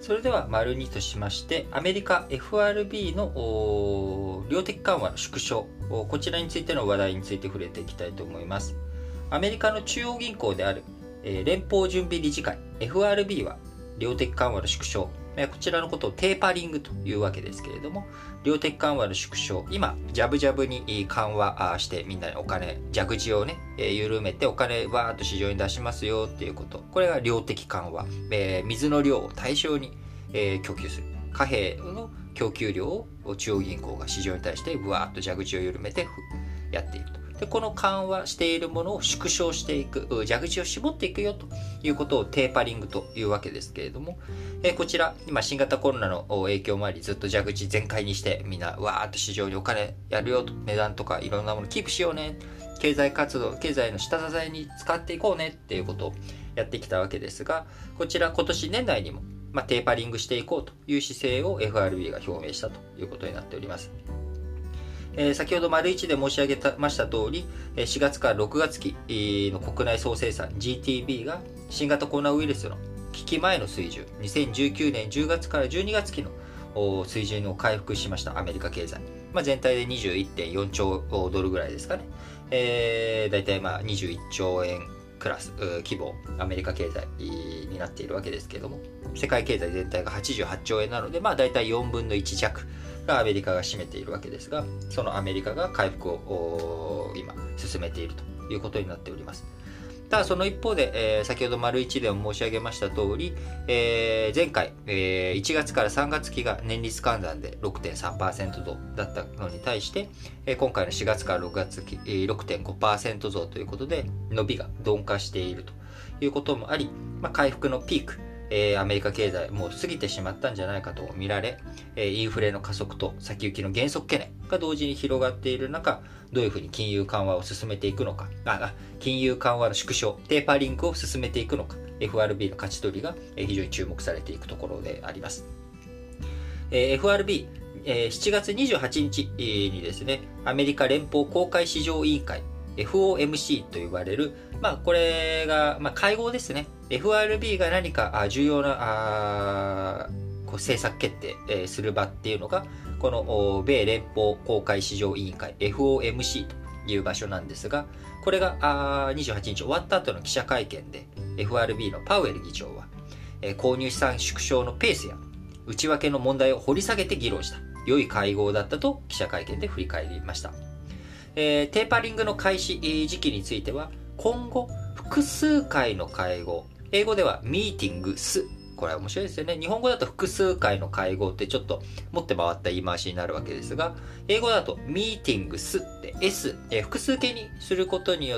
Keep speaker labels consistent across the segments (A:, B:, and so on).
A: それでは丸2としまして、アメリカ FRB の量的緩和の縮小、こちらについての話題について触れていきたいと思います。アメリカの中央銀行である連邦準備理事会 FRB は量的緩和の縮小、こちらのことをテーパリングというわけですけれども、量的緩和の縮小、今ジャブジャブに緩和してみんなにお金、蛇口をね緩めてお金わーっと市場に出しますよっていうこと、これが量的緩和、水の量を対象に供給する、貨幣の供給量を中央銀行が市場に対してわーっと蛇口を緩めてやっていると。でこの緩和しているものを縮小していく、蛇口を絞っていくよということをテーパリングというわけですけれども、こちら今新型コロナの影響もありずっと蛇口全開にしてみんなわーっと市場にお金やるよと、値段とかいろんなものキープしようね、経済活動、経済の下支えに使っていこうねっていうことをやってきたわけですが、こちら今年年内にもテーパリングしていこうという姿勢を FRB が表明したということになっております。先ほど丸1で申し上げました通り、4月から6月期の国内総生産 GTB が新型コロナウイルスの危機前の水準、2019年10月から12月期の水準を回復しました。アメリカ経済、全体で 21.4 兆ドルぐらいですかね。だいたい21兆円クラス規模アメリカ経済になっているわけですけれども、世界経済全体が88兆円なので、だいたい4分の1弱がアメリカが占めているわけですが、そのアメリカが回復を今進めているということになっております。ただその一方で、先ほど丸1でも申し上げました通り、前回、1月から3月期が年率換算で 6.3% 増だったのに対して、今回の4月から6月期、6.5% 増ということで伸びが鈍化しているということもあり、回復のピーク、アメリカ経済もう過ぎてしまったんじゃないかと見られ、インフレの加速と先行きの減速懸念が同時に広がっている中、どういうふうに金融緩和を進めていくのか、金融緩和の縮小、テーパリングを進めていくのか、 FRB の勝ち取りが非常に注目されていくところであります。FRB、7月28日にですね、アメリカ連邦公開市場委員会FOMC と呼ばれる、これが、会合ですね。FRB が何か重要な政策決定する場っていうのが、この米連邦公開市場委員会 FOMC という場所なんですが、これが28日終わった後の記者会見で FRB のパウエル議長は、購入資産縮小のペースや内訳の問題を掘り下げて議論した良い会合だったと記者会見で振り返りました。テーパリングの開始時期については、今後複数回の会合、英語ではミーティングス、これは面白いですよね。日本語だと複数回の会合ってちょっと持って回った言い回しになるわけですが、英語だとミーティングスって S、複数形にすることによって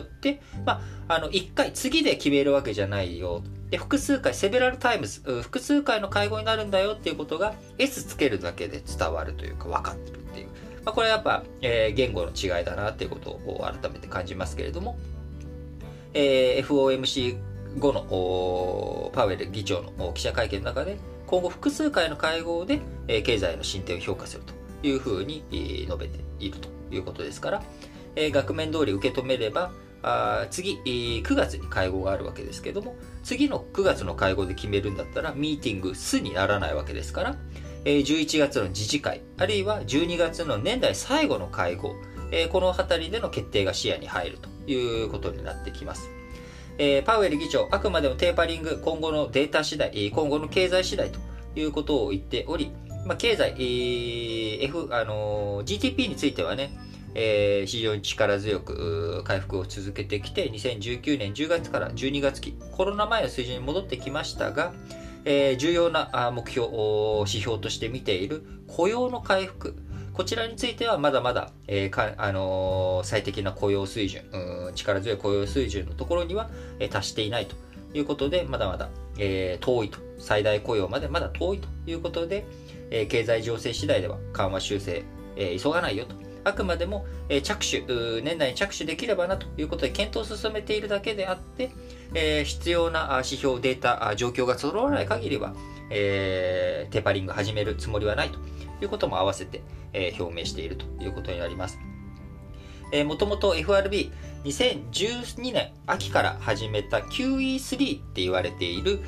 A: 、1回次で決めるわけじゃないよ。で、複数回、セベラルタイムズ、複数回の会合になるんだよっていうことが S つけるだけで伝わるというか分かってるっていう。これはやっぱ、言語の違いだなっていうことを改めて感じますけれども、FOMC 後のパウエル議長の記者会見の中で、今後複数回の会合で経済の進展を評価するというふうに述べているということですから、額面通り受け止めれば、次9月に会合があるわけですけども、次の9月の会合で決めるんだったらミーティングスにならないわけですから、11月の次次会、あるいは12月の年内最後の会合、この辺りでの決定が視野に入るということになってきます。パウエル議長、あくまでもテーパリング、今後のデータ次第、今後の経済次第ということを言っており、経済、GDP についてはね、非常に力強く回復を続けてきて、2019年10月から12月期、コロナ前の水準に戻ってきましたが、重要な目標、指標として見ている雇用の回復、こちらについてはまだまだ、最適な雇用水準、力強い雇用水準のところには、達していないということで、まだまだ、遠いと、最大雇用までまだ遠いということで、経済情勢次第では緩和修正、急がないよと。あくまでも年内に着手できればなということで検討を進めているだけであって、必要な指標、データ、状況が揃わない限りは、テーパリング始めるつもりはないということも合わせて、表明しているということになります。もともと FRB、 2012年秋から始めた QE3 って言われている、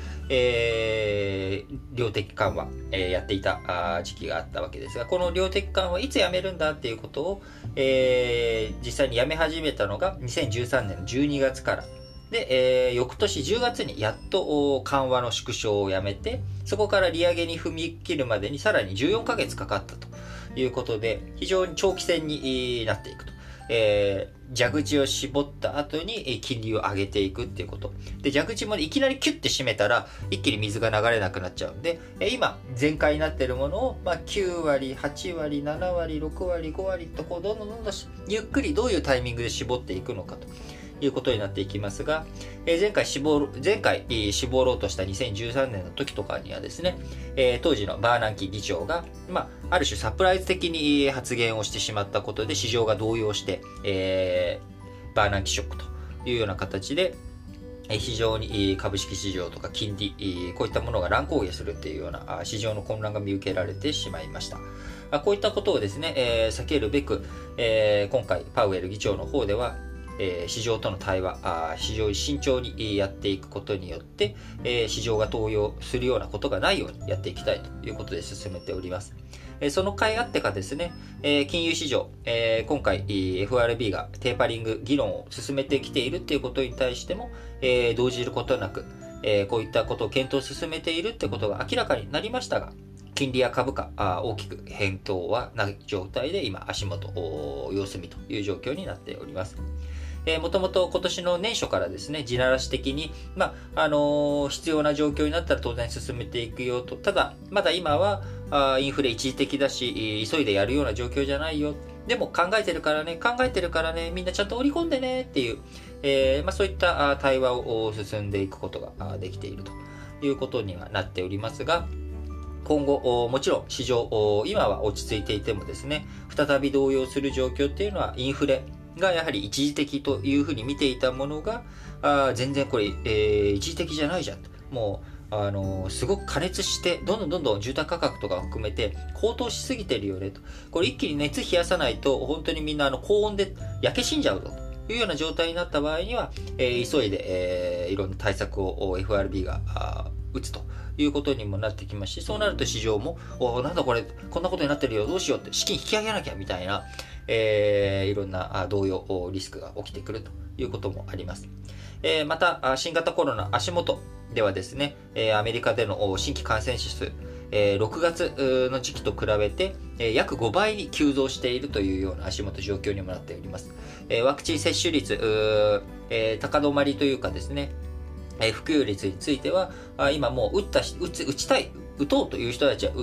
A: 量的緩和、やっていた時期があったわけですが、この量的緩和いつやめるんだっていうことを、実際にやめ始めたのが2013年の12月からで、翌年10月にやっと緩和の縮小をやめて、そこから利上げに踏み切るまでにさらに14ヶ月かかったということで、非常に長期戦になっていくと。蛇口を絞った後に金利を上げていくっていうこと。で、蛇口もいきなりキュッて閉めたら一気に水が流れなくなっちゃうんで、今、全開になっているものを、9割、8割、7割、6割、5割とこうどんどんゆっくりどういうタイミングで絞っていくのかということになっていきますが、前回絞ろうとした2013年の時とかにはですね、当時のバーナンキ議長が、ある種サプライズ的に発言をしてしまったことで市場が動揺して、バーナンキショックというような形で、非常に株式市場とか金利、こういったものが乱高下するっていうような市場の混乱が見受けられてしまいました。こういったことをですね、避けるべく、今回パウエル議長の方では、市場との対話、非常に慎重にやっていくことによって、市場が動揺するようなことがないようにやっていきたいということで進めております。その甲斐あってかですね、金融市場、今回 FRB がテーパリング議論を進めてきているということに対しても、動じることなく、こういったことを検討を進めているということが明らかになりましたが、金利や株価、大きく変動はない状態で今足元様子見という状況になっております。もともと今年の年初からですね、地ならし的に、必要な状況になったら当然進めていくよと。ただ、まだ今はインフレ一時的だし、急いでやるような状況じゃないよ。でも考えてるからね、みんなちゃんと織り込んでねっていう、そういった対話を進んでいくことができているということにはなっておりますが、今後、もちろん市場、今は落ち着いていてもですね、再び動揺する状況っていうのはインフレがやはり一時的というふうに見ていたものが、全然これ、一時的じゃないじゃんと。もう、すごく過熱して、どんどん住宅価格とかを含めて高騰しすぎてるよねと。これ一気に熱冷やさないと、本当にみんな高温で焼け死んじゃうぞというような状態になった場合には、急いで、いろんな対策を FRB が打つということにもなってきますし、そうなると市場も、なんだこれ、こんなことになってるよ、どうしようって、資金引き上げなきゃみたいな、いろんな動揺、リスクが起きてくるということもあります。また、新型コロナ足元ではですね、アメリカでの新規感染者数、6月の時期と比べて、約5倍に急増しているというような足元状況にもなっております。ワクチン接種率、高止まりというかですね、普及率については、今もう打とうという人たちは打って、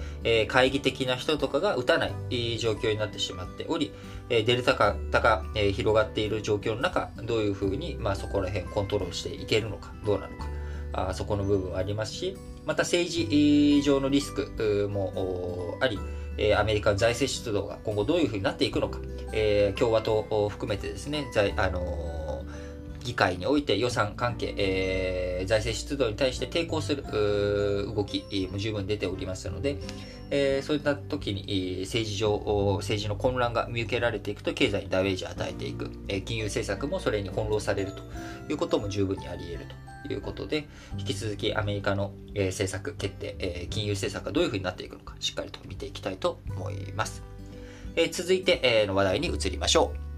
A: 懐疑的な人とかが打たない状況になってしまっており、デルタ型が広がっている状況の中、どういうふうに、そこら辺コントロールしていけるのか、どうなのか、そこの部分はありますし、また政治上のリスクもあり、アメリカの財政出動が今後どういうふうになっていくのか、共和党を含めてですね、議会において予算関係、財政出動に対して抵抗する動きも十分出ておりますので、そういった時に政治の混乱が見受けられていくと経済にダメージを与えていく、金融政策もそれに翻弄されるということも十分にあり得るということで、引き続きアメリカの政策決定、金融政策がどういうふうになっていくのかしっかりと見ていきたいと思います。続いての話題に移りましょう。